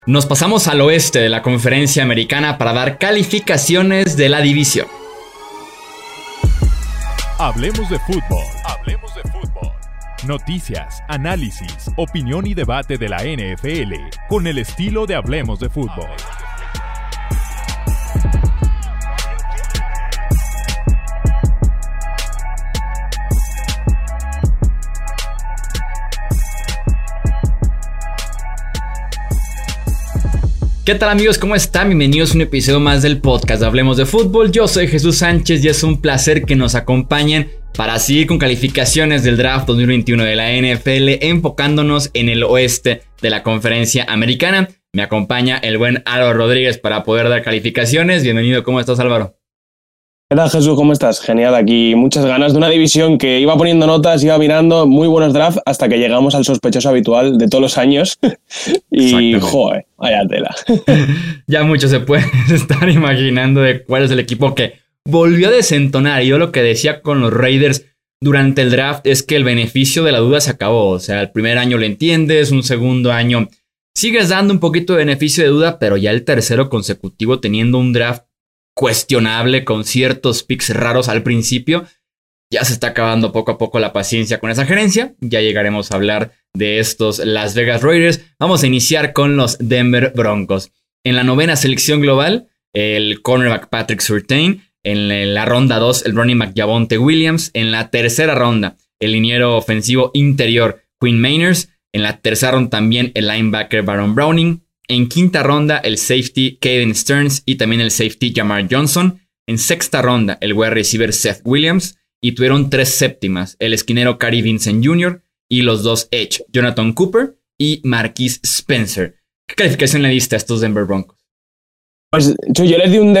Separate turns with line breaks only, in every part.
Nos pasamos al oeste de la conferencia americana para dar calificaciones de la división.
Hablemos de fútbol. Hablemos de fútbol. Noticias, análisis, opinión y debate de la NFL con el estilo de Hablemos de fútbol.
¿Qué tal, amigos? ¿Cómo están? Bienvenidos a un episodio más del podcast de Hablemos de Fútbol. Yo soy Jesús Sánchez y es un placer que nos acompañen para seguir con calificaciones del draft 2021 de la NFL, enfocándonos en el oeste de la conferencia americana. Me acompaña el buen Álvaro Rodríguez para poder dar calificaciones. Bienvenido, ¿cómo estás, Álvaro?
¿Qué tal, Jesús? ¿Cómo estás? Genial, aquí muchas ganas de una división que iba poniendo notas, iba mirando, muy buenos drafts, hasta que llegamos al sospechoso habitual de todos los años. Y, joder, vaya tela.
Ya muchos se pueden estar imaginando de cuál es el equipo que volvió a desentonar. Y yo lo que decía con los Raiders durante el draft es que el beneficio de la duda se acabó. O sea, el primer año lo entiendes, un segundo año sigues dando un poquito de beneficio de duda, pero ya el tercero consecutivo teniendo un draft cuestionable con ciertos picks raros al principio, ya se está acabando poco a poco la paciencia con esa gerencia. Ya llegaremos a hablar de estos Las Vegas Raiders. Vamos a iniciar con los Denver Broncos. En la novena selección global, el cornerback Patrick Surtain. En la ronda 2, el running back Javonte Williams. En la tercera ronda, el liniero ofensivo interior Quinn Meinerz. En la tercera ronda también el linebacker Baron Browning. En quinta ronda, el safety Caden Stearns y también el safety Jamar Johnson. En sexta ronda, el wide receiver Seth Williams. Y tuvieron 3 séptimas, el esquinero Cary Vincent Jr. y los 2 edge, Jonathan Cooper y Marquise Spencer. ¿Qué calificación le diste a estos Denver Broncos?
Pues yo les di un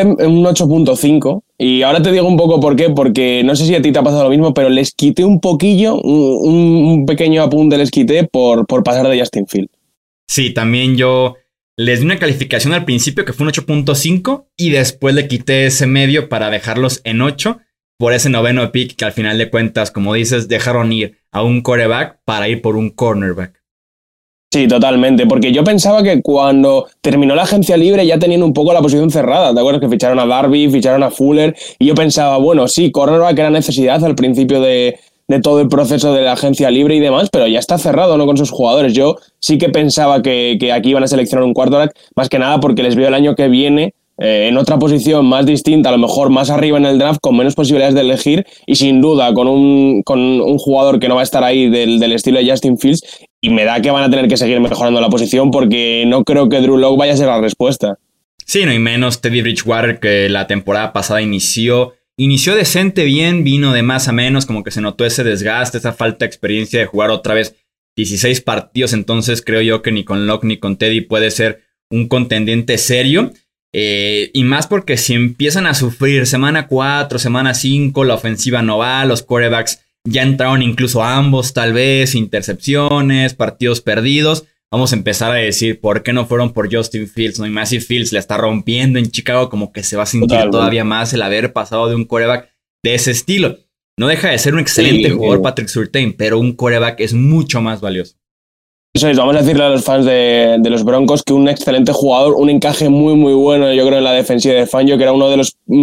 8.5 y ahora te digo un poco por qué, porque no sé si a ti te ha pasado lo mismo, pero les quité un poquillo, un pequeño apunte les quité por pasar de Justin Fields.
Sí, también yo les di una calificación al principio que fue un 8.5 y después le quité ese medio para dejarlos en 8 por ese noveno pick que al final de cuentas, como dices, dejaron ir a un quarterback para ir por un cornerback.
Sí, totalmente, porque yo pensaba que cuando terminó la agencia libre ya tenían un poco la posición cerrada, ¿te acuerdas? Que ficharon a Darby, ficharon a Fuller, y yo pensaba, bueno, sí, cornerback era necesidad al principio de todo el proceso de la agencia libre y demás, pero ya está cerrado, ¿no? Con sus jugadores. Yo sí que pensaba que aquí iban a seleccionar un quarterback, más que nada porque les veo el año que viene en otra posición más distinta, a lo mejor más arriba en el draft, con menos posibilidades de elegir y sin duda con un jugador que no va a estar ahí del estilo de Justin Fields, y me da que van a tener que seguir mejorando la posición porque no creo que Drew Lock vaya a ser la respuesta.
Sí, no, y menos Teddy Bridgewater, que la temporada pasada inició decente bien, vino de más a menos, como que se notó ese desgaste, esa falta de experiencia de jugar otra vez 16 partidos, entonces creo yo que ni con Lock ni con Teddy puede ser un contendiente serio. Y más porque si empiezan a sufrir semana 4, semana 5, la ofensiva no va, los quarterbacks ya entraron incluso ambos tal vez, intercepciones, partidos perdidos, vamos a empezar a decir por qué no fueron por Justin Fields, ¿no? Y más si Fields la está rompiendo en Chicago, como que se va a sentir todavía más el haber pasado de un quarterback de ese estilo. No deja de ser un excelente jugador Patrick Surtain, pero un quarterback es mucho más valioso.
Eso es, vamos a decirle a los fans de los Broncos que un excelente jugador, un encaje muy muy bueno, yo creo, en la defensiva de Fangio, que era una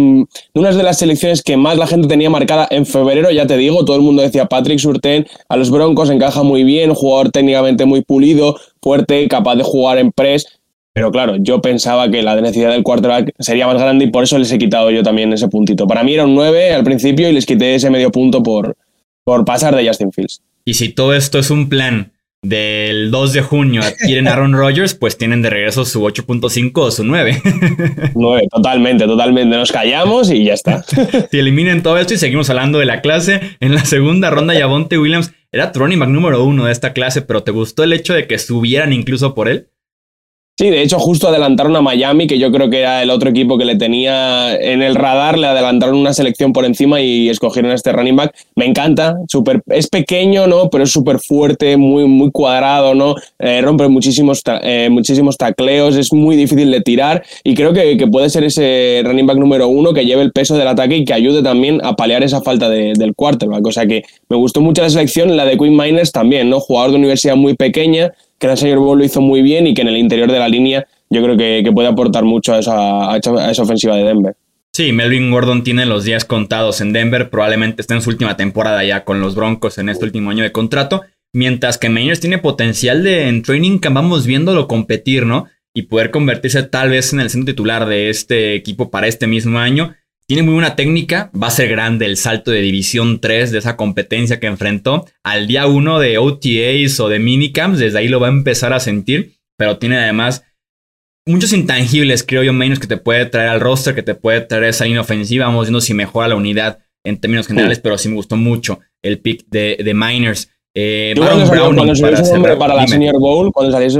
de las selecciones que más la gente tenía marcada en febrero, ya te digo, todo el mundo decía Patrick Surtain a los Broncos, encaja muy bien, un jugador técnicamente muy pulido, fuerte, capaz de jugar en press, pero claro, yo pensaba que la necesidad del quarterback sería más grande y por eso les he quitado yo también ese puntito. Para mí era un 9 al principio y les quité ese medio punto por pasar de Justin Fields.
Y si todo esto es un plan del 2 de junio adquieren a Aaron Rodgers, pues tienen de regreso su 8.5 o su 9.
9, totalmente. Nos callamos y ya está.
Si eliminen todo esto y seguimos hablando de la clase, en la segunda ronda Javonte Williams era running back número 1 de esta clase, pero ¿te gustó el hecho de que subieran incluso por él?
Sí, de hecho justo adelantaron a Miami, que yo creo que era el otro equipo que le tenía en el radar, le adelantaron una selección por encima y escogieron a este running back. Me encanta, es pequeño, ¿no? Pero es súper fuerte, muy, muy cuadrado, ¿no? Rompe muchísimos tacleos, es muy difícil de tirar y creo que puede ser ese running back número 1 que lleve el peso del ataque y que ayude también a paliar esa falta del quarterback. O sea que me gustó mucho la selección, la de Quinn Meinerz también, ¿no? Jugador de universidad muy pequeña, que el Senior Bowl lo hizo muy bien y que en el interior de la línea yo creo que puede aportar mucho a esa ofensiva de Denver.
Sí, Melvin Gordon tiene los días contados en Denver, probablemente está en su última temporada ya con los Broncos en este último año de contrato, mientras que Meyers tiene potencial de en training camp vamos viéndolo competir, ¿no? Y poder convertirse tal vez en el centro titular de este equipo para este mismo año. Tiene muy buena técnica, va a ser grande el salto de División 3 de esa competencia que enfrentó al día 1 de OTAs o de minicamps, desde ahí lo va a empezar a sentir, pero tiene además muchos intangibles, creo yo, menos que te puede traer al roster, que te puede traer esa línea ofensiva. Vamos viendo si mejora la unidad en términos generales, pero sí me gustó mucho el pick de Miners.
Cuando salió su nombre para la Senior Bowl,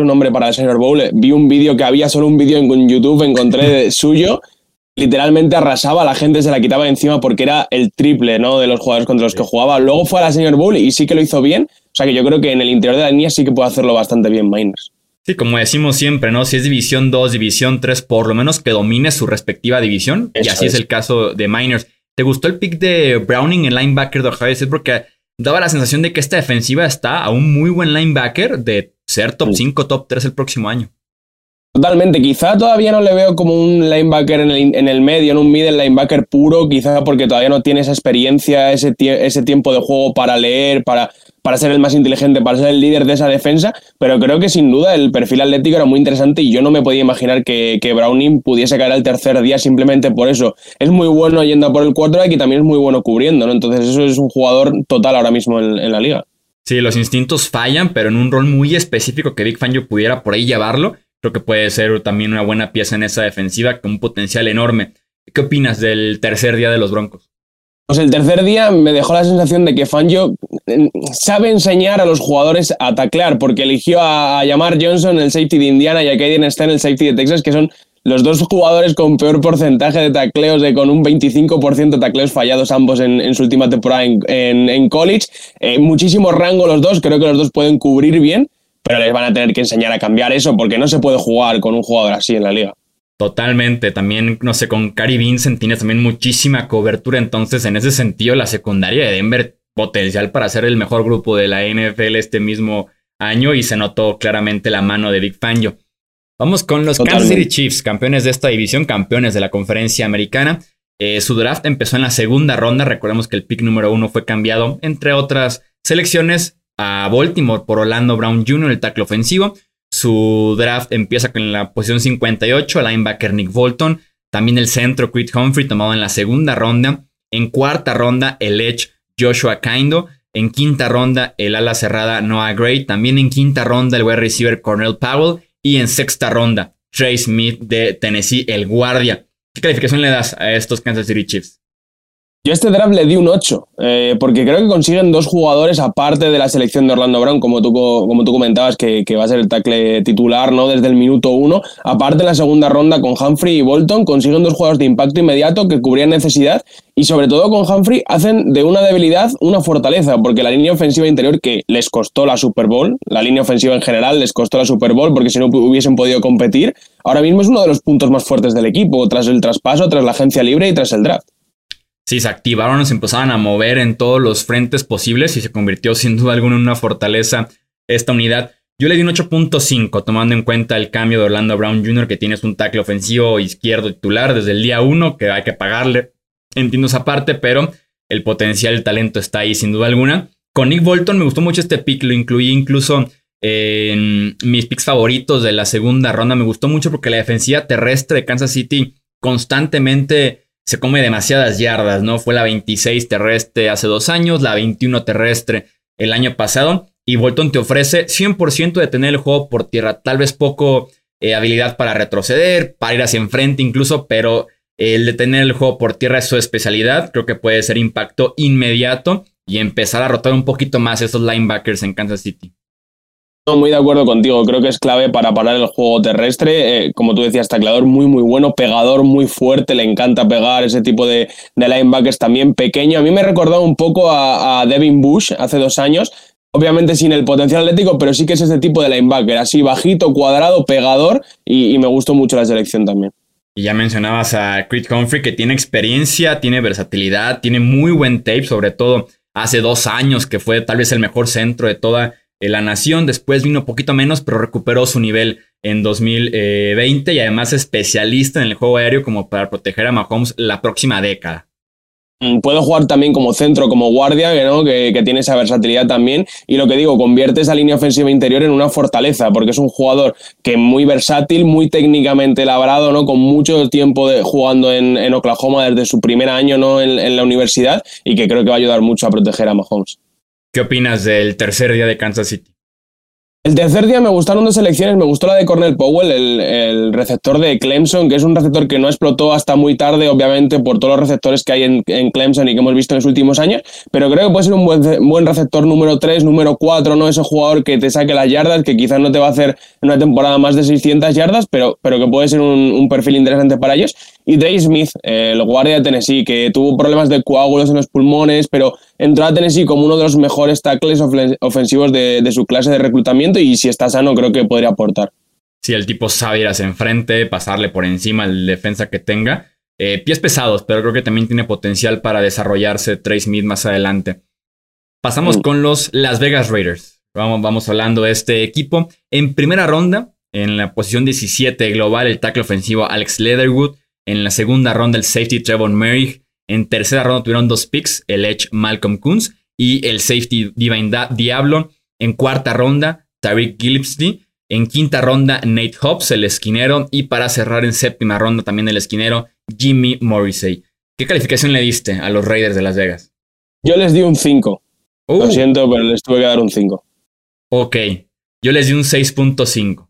vi un vídeo que había solo un vídeo en YouTube, encontré suyo. Literalmente arrasaba, la gente se la quitaba de encima porque era el triple, ¿no?, de los jugadores contra los que jugaba. Luego fue a la Senior Bowl y sí que lo hizo bien. O sea que yo creo que en el interior de la línea sí que puede hacerlo bastante bien Miners.
Sí, como decimos siempre, ¿no? Si es División 2, División 3, por lo menos que domine su respectiva división. Eso y así es el caso de Miners. ¿Te gustó el pick de Browning, el linebacker de Ohio State? Porque daba la sensación de que esta defensiva está a un muy buen linebacker de ser top 5, top 3 el próximo año.
Totalmente, quizá todavía no le veo como un linebacker en el medio, en un middle linebacker puro, quizá porque todavía no tiene esa experiencia, ese tiempo de juego para leer, para ser el más inteligente, para ser el líder de esa defensa, pero creo que sin duda el perfil atlético era muy interesante y yo no me podía imaginar que Browning pudiese caer al tercer día simplemente por eso. Es muy bueno yendo a por el quarterback y también es muy bueno cubriendo, ¿no? Entonces eso es un jugador total ahora mismo en la liga.
Sí, los instintos fallan, pero en un rol muy específico que Vic Fangio pudiera por ahí llevarlo, creo que puede ser también una buena pieza en esa defensiva con un potencial enorme. ¿Qué opinas del tercer día de los Broncos?
Pues el tercer día me dejó la sensación de que Fangio sabe enseñar a los jugadores a taclear, porque eligió a Jamar Johnson, el safety de Indiana, y a Caden Stein, el safety de Texas, que son los dos jugadores con peor porcentaje de tacleos, con un 25% de tacleos fallados ambos en su última temporada en college. Muchísimo rango los dos, creo que los dos pueden cubrir bien, pero les van a tener que enseñar a cambiar eso, porque no se puede jugar con un jugador así en la liga.
Totalmente, también, no sé, con Cary Vincent tienes también muchísima cobertura, entonces en ese sentido la secundaria de Denver potencial para ser el mejor grupo de la NFL este mismo año y se notó claramente la mano de Vic Fangio. Vamos con los Kansas City Chiefs, campeones de esta división, campeones de la conferencia americana. Su draft empezó en la segunda ronda, recordemos que el pick número 1 fue cambiado, entre otras selecciones, a Baltimore por Orlando Brown Jr., el tackle ofensivo. Su draft empieza con la posición 58, el linebacker Nick Bolton. También el centro Creed Humphrey tomado en la segunda ronda. En cuarta ronda el edge Joshua Kindo. En quinta ronda el ala cerrada Noah Gray. También en quinta ronda el wide receiver Cornell Powell. Y en sexta ronda Trey Smith de Tennessee, el guardia. ¿Qué calificación le das a estos Kansas City Chiefs?
Yo a este draft le di un 8, porque creo que consiguen dos jugadores aparte de la selección de Orlando Brown, como tú comentabas, que va a ser el tackle titular, ¿no?, desde el minuto 1. Aparte, en la segunda ronda con Humphrey y Bolton consiguen dos jugadores de impacto inmediato que cubrían necesidad y sobre todo con Humphrey hacen de una debilidad una fortaleza, porque la línea ofensiva interior que les costó la Super Bowl, la línea ofensiva en general les costó la Super Bowl porque si no hubiesen podido competir, ahora mismo es uno de los puntos más fuertes del equipo, tras el traspaso, tras la agencia libre y tras el draft.
Sí, se activaron, se empezaban a mover en todos los frentes posibles y se convirtió sin duda alguna en una fortaleza esta unidad. Yo le di un 8.5 tomando en cuenta el cambio de Orlando Brown Jr., que tienes un tackle ofensivo izquierdo titular desde el día 1, que hay que pagarle. Entiendo esa parte, pero el potencial, el talento está ahí sin duda alguna. Con Nick Bolton me gustó mucho este pick, lo incluí incluso en mis picks favoritos de la segunda ronda. Me gustó mucho porque la defensiva terrestre de Kansas City constantemente se come demasiadas yardas, ¿no? Fue la 26 terrestre hace 2 años, la 21 terrestre el año pasado. Y Bolton te ofrece 100% de tener el juego por tierra. Tal vez poco habilidad para retroceder, para ir hacia enfrente incluso, pero el de tener el juego por tierra es su especialidad. Creo que puede ser impacto inmediato y empezar a rotar un poquito más esos linebackers en Kansas City.
Muy de acuerdo contigo, creo que es clave para parar el juego terrestre, como tú decías, tacleador muy bueno, pegador muy fuerte, le encanta pegar, ese tipo de linebackers también pequeño. A mí me recordaba un poco a Devin Bush hace 2 años, obviamente sin el potencial atlético, pero sí que es ese tipo de linebacker, así bajito, cuadrado, pegador, y me gustó mucho la selección también.
Y ya mencionabas a Creed Humphrey, que tiene experiencia, tiene versatilidad, tiene muy buen tape, sobre todo hace 2 años, que fue tal vez el mejor centro de toda la nación. Después vino poquito menos, pero recuperó su nivel en 2020 y además especialista en el juego aéreo como para proteger a Mahomes la próxima década.
Puede jugar también como centro, como guardia, ¿no? que tiene esa versatilidad también. Y lo que digo, convierte esa línea ofensiva interior en una fortaleza, porque es un jugador que es muy versátil, muy técnicamente labrado, ¿no? Con mucho tiempo jugando en Oklahoma desde su primer año, ¿no? en la universidad, y que creo que va a ayudar mucho a proteger a Mahomes.
¿Qué opinas del tercer día de Kansas City?
El tercer día me gustaron dos selecciones, me gustó la de Cornell Powell, el receptor de Clemson, que es un receptor que no explotó hasta muy tarde, obviamente, por todos los receptores que hay en Clemson y que hemos visto en los últimos años, pero creo que puede ser un buen receptor número 3, número 4, ¿no? Ese jugador que te saque las yardas, que quizás no te va a hacer en una temporada más de 600 yardas, pero que puede ser un perfil interesante para ellos. Y Trey Smith, el guardia de Tennessee, que tuvo problemas de coágulos en los pulmones, pero entró a Tennessee como uno de los mejores tackles ofensivos de su clase de reclutamiento, y si está sano creo que podría aportar.
Sí, el tipo sabe ir hacia enfrente, pasarle por encima al defensa que tenga. Pies pesados, pero creo que también tiene potencial para desarrollarse Trey Smith más adelante. Pasamos con los Las Vegas Raiders. Vamos hablando de este equipo. En primera ronda, en la posición 17 global, el tackle ofensivo Alex Leatherwood. En la segunda ronda, el safety Trevon Merrick. En tercera ronda tuvieron 2 picks, el edge Malcolm Koonce y el safety Divine Diablo. En cuarta ronda, Tariq Gillespie. En quinta ronda, Nate Hobbs, el esquinero. Y para cerrar en séptima ronda también el esquinero, Jimmy Morrissey. ¿Qué calificación le diste a los Raiders de Las Vegas?
Yo les di un 5. Lo siento, pero les tuve que dar un 5.
Ok, yo les di un 6.5.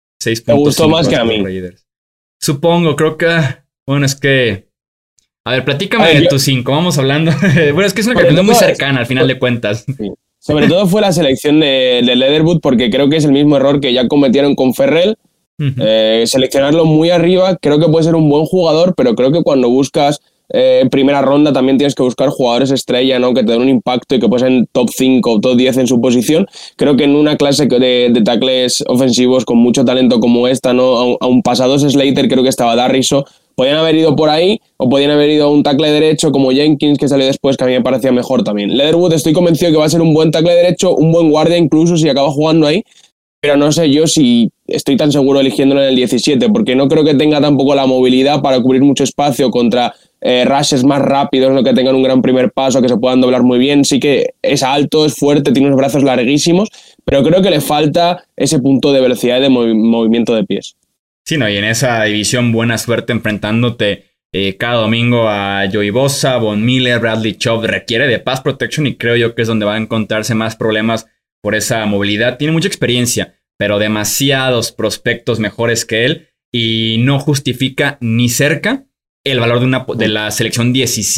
Me gustó más que a mí.
Raiders. Supongo, creo que... Bueno, es que... A ver, platícame de tu 5. Vamos hablando... Bueno, es que es una calificación muy cercana al final de cuentas.
Sí. Sobre todo fue la selección de Leatherwood, porque creo que es el mismo error que ya cometieron con Ferrell. Seleccionarlo muy arriba, creo que puede ser un buen jugador, pero creo que cuando buscas primera ronda también tienes que buscar jugadores estrella, ¿no? Que te den un impacto y que pueden ser top 5 o top 10 en su posición. Creo que en una clase de tackles ofensivos con mucho talento como esta, ¿no? A un pasado Slater, creo que estaba Darriso. Podían haber ido por ahí, o podían haber ido a un tackle derecho como Jenkins, que salió después, que a mí me parecía mejor también. Leatherwood estoy convencido que va a ser un buen tackle derecho, un buen guardia incluso si acaba jugando ahí, pero no sé yo si estoy tan seguro eligiéndolo en el 17, porque no creo que tenga tampoco la movilidad para cubrir mucho espacio contra rushes más rápidos, ¿no? Que tengan un gran primer paso, que se puedan doblar muy bien. Sí que es alto, es fuerte, tiene unos brazos larguísimos, pero creo que le falta ese punto de velocidad y de movimiento de pies.
Sí, no, y en esa división buena suerte enfrentándote cada domingo a Joey Bosa, Von Miller, Bradley Chubb. Requiere de pass protection y creo yo que es donde va a encontrarse más problemas por esa movilidad. Tiene mucha experiencia, pero demasiados prospectos mejores que él y no justifica ni cerca el valor de la selección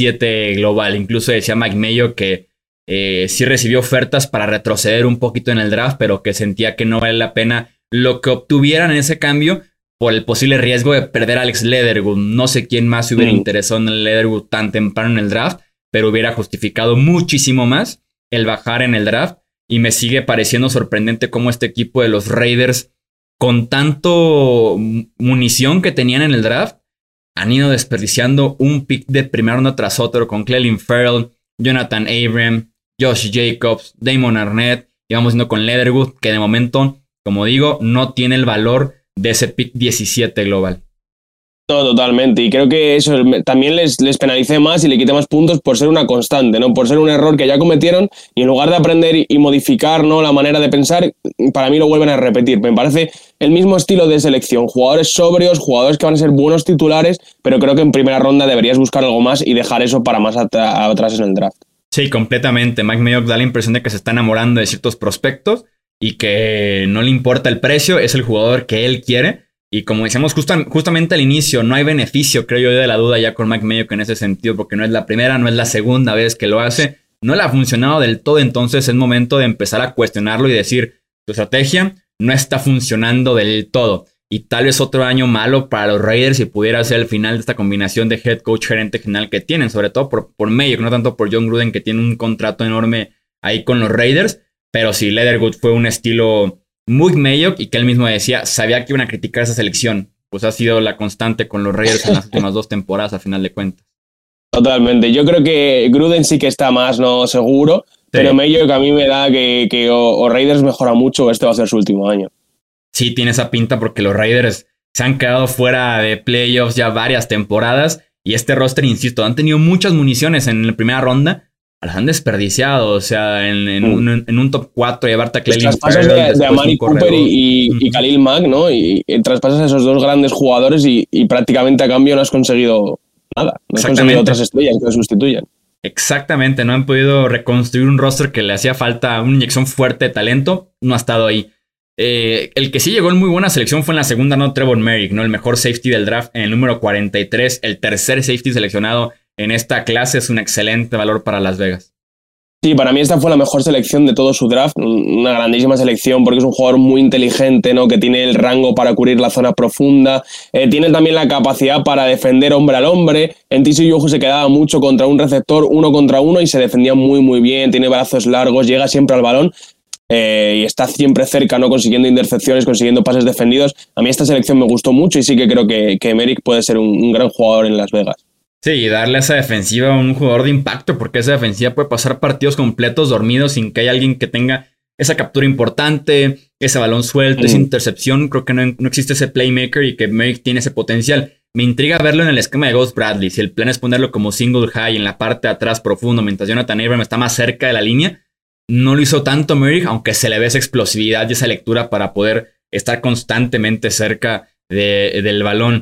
17 global. Incluso decía Mike Mayock que sí recibió ofertas para retroceder un poquito en el draft, pero que sentía que no vale la pena lo que obtuvieran en ese cambio por el posible riesgo de perder a Alex Leatherwood. No sé quién más se hubiera interesado en el Leatherwood tan temprano en el draft, pero hubiera justificado muchísimo más el bajar en el draft. Y me sigue pareciendo sorprendente cómo este equipo de los Raiders, con tanto munición que tenían en el draft, han ido desperdiciando un pick de primera ronda tras otro con Clelin Ferrell, Jonathan Abram, Josh Jacobs, Damon Arnett. Y vamos yendo con Leatherwood, que de momento, como digo, no tiene el valor de ese pick 17 global.
No, totalmente. Y creo que eso también les penalice más y le quite más puntos por ser una constante, ¿no? Por ser un error que ya cometieron y en lugar de aprender y modificar, ¿no? La manera de pensar, para mí lo vuelven a repetir. Me parece el mismo estilo de selección. Jugadores sobrios, jugadores que van a ser buenos titulares, pero creo que en primera ronda deberías buscar algo más y dejar eso para más atrás en el draft.
Sí, completamente. Mike Mayock da la impresión de que se está enamorando de ciertos prospectos y que no le importa el precio, es el jugador que él quiere. Y como decíamos justamente al inicio, no hay beneficio, creo yo, de la duda ya con Mike Mayock en ese sentido, porque no es la primera, no es la segunda vez que lo hace, no le ha funcionado del todo, entonces es momento de empezar a cuestionarlo y decir, tu estrategia no está funcionando del todo. Y tal vez otro año malo para los Raiders si pudiera ser el final de esta combinación de head coach gerente general que tienen, sobre todo por Mayock, no tanto por John Gruden, que tiene un contrato enorme ahí con los Raiders. Pero sí, Leatherwood fue un estilo muy Mayock y que él mismo decía, sabía que iban a criticar esa selección. Pues ha sido la constante con los Raiders en las últimas 2 temporadas, a final de cuentas.
Totalmente. Yo creo que Gruden sí que está más, ¿no? Seguro, Pero Mayock a mí me da que o Raiders mejora mucho o este va a ser su último año.
Sí, tiene esa pinta porque los Raiders se han quedado fuera de playoffs ya varias temporadas y este roster, insisto, han tenido muchas municiones en la primera ronda, las han desperdiciado, o sea, en un top 4 llevarte a Clelin
Ferrell, de Amari Cooper y Khalil Mack, ¿no? Y traspasas a esos dos grandes jugadores y prácticamente a cambio no has conseguido nada, no has conseguido otras estrellas que lo sustituyan.
Exactamente, no han podido reconstruir un roster que le hacía falta una inyección fuerte de talento, no ha estado ahí. El que sí llegó en muy buena selección fue en la segunda, ¿no? Trevor Merrick, ¿no? El mejor safety del draft en el número 43, el tercer safety seleccionado en esta clase, es un excelente valor para Las Vegas.
Sí, para mí esta fue la mejor selección de todo su draft, una grandísima selección porque es un jugador muy inteligente, ¿no? Que tiene el rango para cubrir la zona profunda, tiene también la capacidad para defender hombre al hombre. En TCU se quedaba mucho contra un receptor, 1 contra 1 y se defendía muy muy bien, tiene brazos largos, llega siempre al balón. Y está siempre cerca, ¿no? Consiguiendo intercepciones, consiguiendo pases defendidos. A mí esta selección me gustó mucho y sí que creo que Merrick puede ser un gran jugador en Las Vegas.
Sí, y darle a esa defensiva a un jugador de impacto, porque esa defensiva puede pasar partidos completos dormidos sin que haya alguien que tenga esa captura importante, ese balón suelto, esa intercepción. Creo que no existe ese playmaker y que Merrick tiene ese potencial. Me intriga verlo en el esquema de Gus Bradley. Si el plan es ponerlo como single high en la parte de atrás profundo, mientras Jonathan Abram está más cerca de la línea. No lo hizo tanto Merrick, aunque se le ve esa explosividad y esa lectura para poder estar constantemente cerca del balón.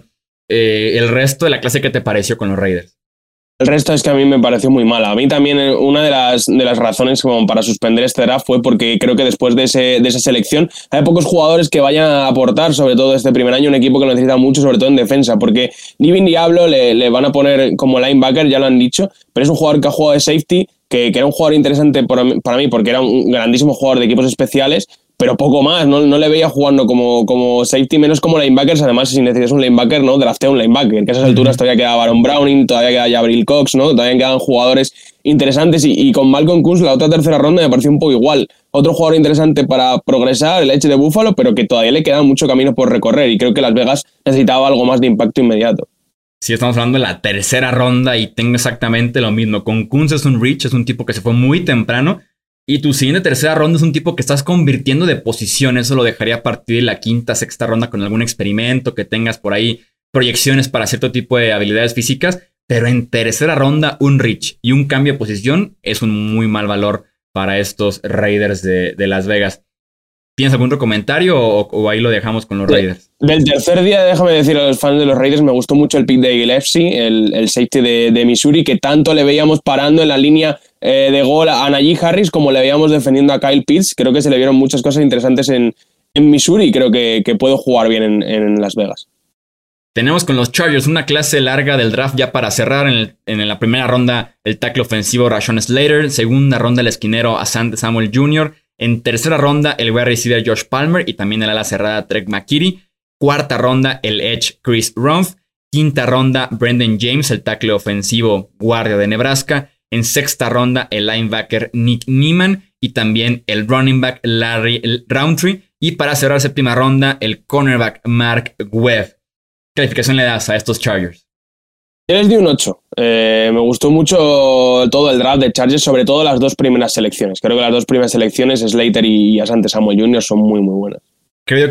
El resto de la clase, ¿qué te pareció con los Raiders?
El resto es que a mí me pareció muy mala. A mí también una de las razones como para suspender este draft fue porque creo que después de esa selección hay pocos jugadores que vayan a aportar, sobre todo este primer año, un equipo que lo necesita mucho, sobre todo en defensa, porque Living Diablo le van a poner como linebacker, ya lo han dicho, pero es un jugador que ha jugado de safety, que era un jugador interesante para mí porque era un grandísimo jugador de equipos especiales, pero poco más, no le veía jugando como safety, menos como linebackers. Además, si necesitas un linebacker, ¿no? Draftea un linebacker, que a esas alturas todavía queda Baron Browning, todavía queda Jabril Cox, ¿no? Todavía quedan jugadores interesantes y con Malcolm Kuntz la otra tercera ronda me pareció un poco igual. Otro jugador interesante para progresar, el Edge de Buffalo, pero que todavía le queda mucho camino por recorrer y creo que Las Vegas necesitaba algo más de impacto inmediato.
Sí, estamos hablando de la tercera ronda y tengo exactamente lo mismo. Con Kuntz es un reach, es un tipo que se fue muy temprano. Y tu siguiente tercera ronda es un tipo que estás convirtiendo de posición. Eso lo dejaría a partir de la quinta, sexta ronda con algún experimento que tengas por ahí, proyecciones para cierto tipo de habilidades físicas. Pero en tercera ronda, un reach y un cambio de posición es un muy mal valor para estos Raiders de Las Vegas. ¿Tienes algún otro comentario o ahí lo dejamos con los Raiders?
Del tercer día, déjame decir a los fans de los Raiders, me gustó mucho el pick de Gillespie, el safety de Missouri, que tanto le veíamos parando en la línea de gol a Najee Harris como le veíamos defendiendo a Kyle Pitts. Creo que se le vieron muchas cosas interesantes en Missouri y creo que puede jugar bien en Las Vegas.
Tenemos con los Chargers una clase larga del draft ya para cerrar. En la primera ronda, el tackle ofensivo Rashawn Slater. Segunda ronda, el esquinero Asante Samuel Jr. En tercera ronda, el wide receiver Josh Palmer y también el ala cerrada Trey McKitty. Cuarta ronda, el edge Chris Rumph. Quinta ronda, Brendan James, el tackle ofensivo guardia de Nebraska. En sexta ronda, el linebacker Nick Niemann y también el running back Larry Roundtree. Y para cerrar séptima ronda, el cornerback Mark Webb. ¿Qué calificación le das a estos Chargers?
Yo les di un 8. Me gustó mucho todo el draft de Chargers, sobre todo las dos primeras selecciones. Creo que las dos primeras selecciones, Slater y Asante Samuel Jr., son muy, muy buenas.
Creo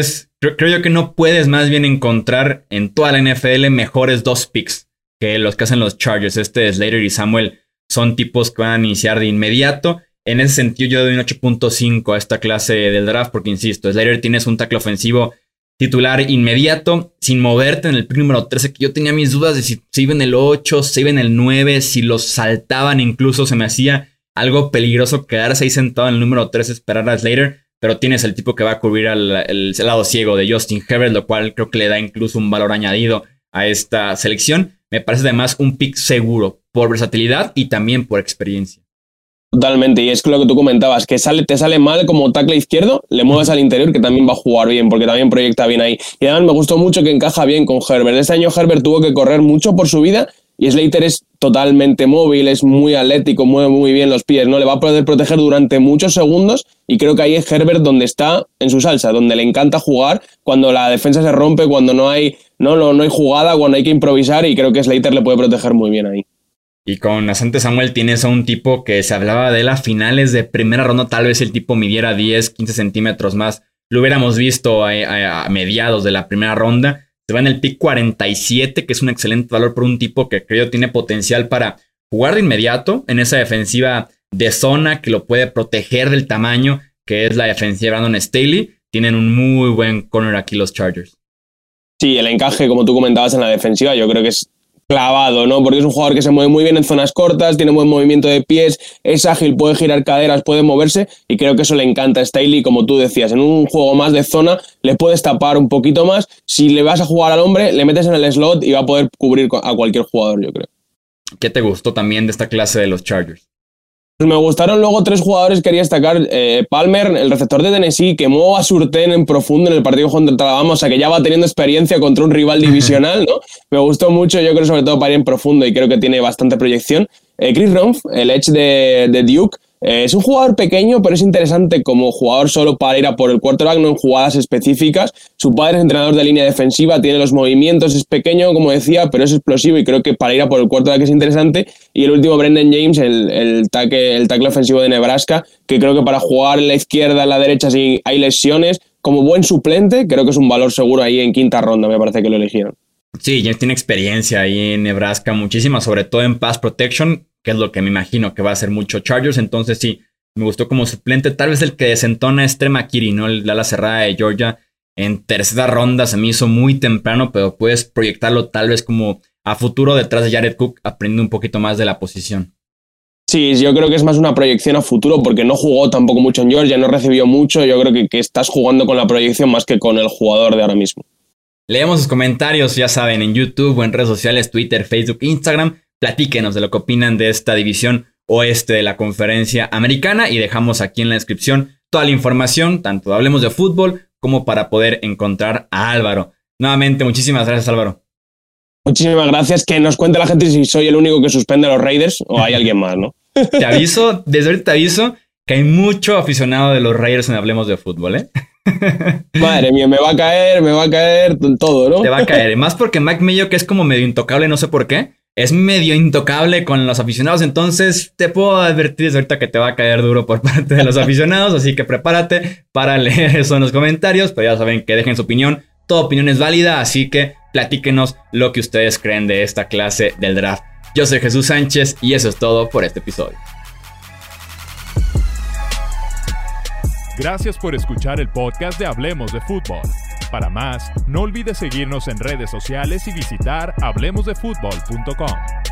yo que no puedes más bien encontrar en toda la NFL mejores dos picks que los que hacen los Chargers. Slater y Samuel son tipos que van a iniciar de inmediato. En ese sentido, yo doy un 8.5 a esta clase del draft porque, insisto, Slater tienes un tackle ofensivo titular inmediato, sin moverte en el pick número 13, que yo tenía mis dudas de si se iba en el 8, si se iba en el 9, si los saltaban incluso, se me hacía algo peligroso quedarse ahí sentado en el número 13, esperar a Slater, pero tienes el tipo que va a cubrir el lado ciego de Justin Herbert, lo cual creo que le da incluso un valor añadido a esta selección. Me parece además un pick seguro por versatilidad y también por experiencia.
Totalmente, y es lo que tú comentabas, que te sale mal como tackle izquierdo, le mueves al interior que también va a jugar bien, porque también proyecta bien ahí. Y además me gustó mucho que encaja bien con Herbert. Este año Herbert tuvo que correr mucho por su vida y Slater es totalmente móvil, es muy atlético, mueve muy bien los pies, ¿no? Le va a poder proteger durante muchos segundos y creo que ahí es Herbert donde está en su salsa, donde le encanta jugar cuando la defensa se rompe, cuando no hay jugada, cuando hay que improvisar, y creo que Slater le puede proteger muy bien ahí.
Y con Asante Samuel tienes a un tipo que se hablaba de él a finales de primera ronda. Tal vez el tipo midiera 10, 15 centímetros más. Lo hubiéramos visto a mediados de la primera ronda. Se va en el pick 47, que es un excelente valor por un tipo que creo tiene potencial para jugar de inmediato en esa defensiva de zona que lo puede proteger del tamaño que es la defensiva de Brandon Staley. Tienen un muy buen corner aquí los Chargers.
Sí, el encaje, como tú comentabas, en la defensiva, yo creo que es clavado, ¿no? Porque es un jugador que se mueve muy bien en zonas cortas, tiene buen movimiento de pies, es ágil, puede girar caderas, puede moverse, y creo que eso le encanta a Staley, como tú decías. En un juego más de zona le puedes tapar un poquito más. Si le vas a jugar al hombre, le metes en el slot y va a poder cubrir a cualquier jugador, yo creo.
¿Qué te gustó también de esta clase de los Chargers?
Me gustaron luego 3 jugadores que quería destacar. Palmer, el receptor de Tennessee, quemó a Surtain en profundo en el partido contra Alabama, o sea que ya va teniendo experiencia contra un rival divisional, ¿no? Me gustó mucho, yo creo sobre todo para ir en profundo y creo que tiene bastante proyección. Chris Rumph, el edge de Duke, es un jugador pequeño, pero es interesante como jugador solo para ir a por el quarterback, no en jugadas específicas. Su padre es entrenador de línea defensiva, tiene los movimientos, es pequeño, como decía, pero es explosivo y creo que para ir a por el quarterback es interesante. Y el último, Brendan James, el tackle ofensivo de Nebraska, que creo que para jugar en la izquierda, en la derecha, si hay lesiones, como buen suplente, creo que es un valor seguro ahí en quinta ronda, me parece que lo eligieron.
Sí, James tiene experiencia ahí en Nebraska, muchísima, sobre todo en pass protection, que es lo que me imagino que va a hacer mucho Chargers. Entonces sí, me gustó como suplente. Tal vez el que desentona es Trey McKitty, ¿no? El ala cerrada de Georgia en tercera ronda se me hizo muy temprano, pero puedes proyectarlo tal vez como a futuro detrás de Jared Cook, aprendiendo un poquito más de la posición.
Sí, yo creo que es más una proyección a futuro porque no jugó tampoco mucho en Georgia, no recibió mucho. Yo creo que estás jugando con la proyección más que con el jugador de ahora mismo.
Leemos sus comentarios, ya saben, en YouTube o en redes sociales, Twitter, Facebook, Instagram. Platíquenos de lo que opinan de esta división oeste de la conferencia americana y dejamos aquí en la descripción toda la información, tanto de Hablemos de Fútbol como para poder encontrar a Álvaro. Nuevamente, muchísimas gracias, Álvaro.
Muchísimas gracias. Que nos cuente la gente si soy el único que suspende a los Raiders o hay alguien más, ¿no?
Te aviso, desde ahorita te aviso que hay mucho aficionado de los Raiders en Hablemos de Fútbol, ¿eh?
Madre mía, me va a caer todo, ¿no?
Te va a caer, más porque Mike Mayo, que es como medio intocable, no sé por qué, es medio intocable con los aficionados, entonces te puedo advertir desde ahorita que te va a caer duro por parte de los aficionados, así que prepárate para leer eso en los comentarios, pero ya saben que dejen su opinión, toda opinión es válida, así que platíquenos lo que ustedes creen de esta clase del draft. Yo soy Jesús Sánchez y eso es todo por este episodio.
Gracias por escuchar el podcast de Hablemos de Fútbol. Para más, no olvides seguirnos en redes sociales y visitar hablemosdefutbol.com.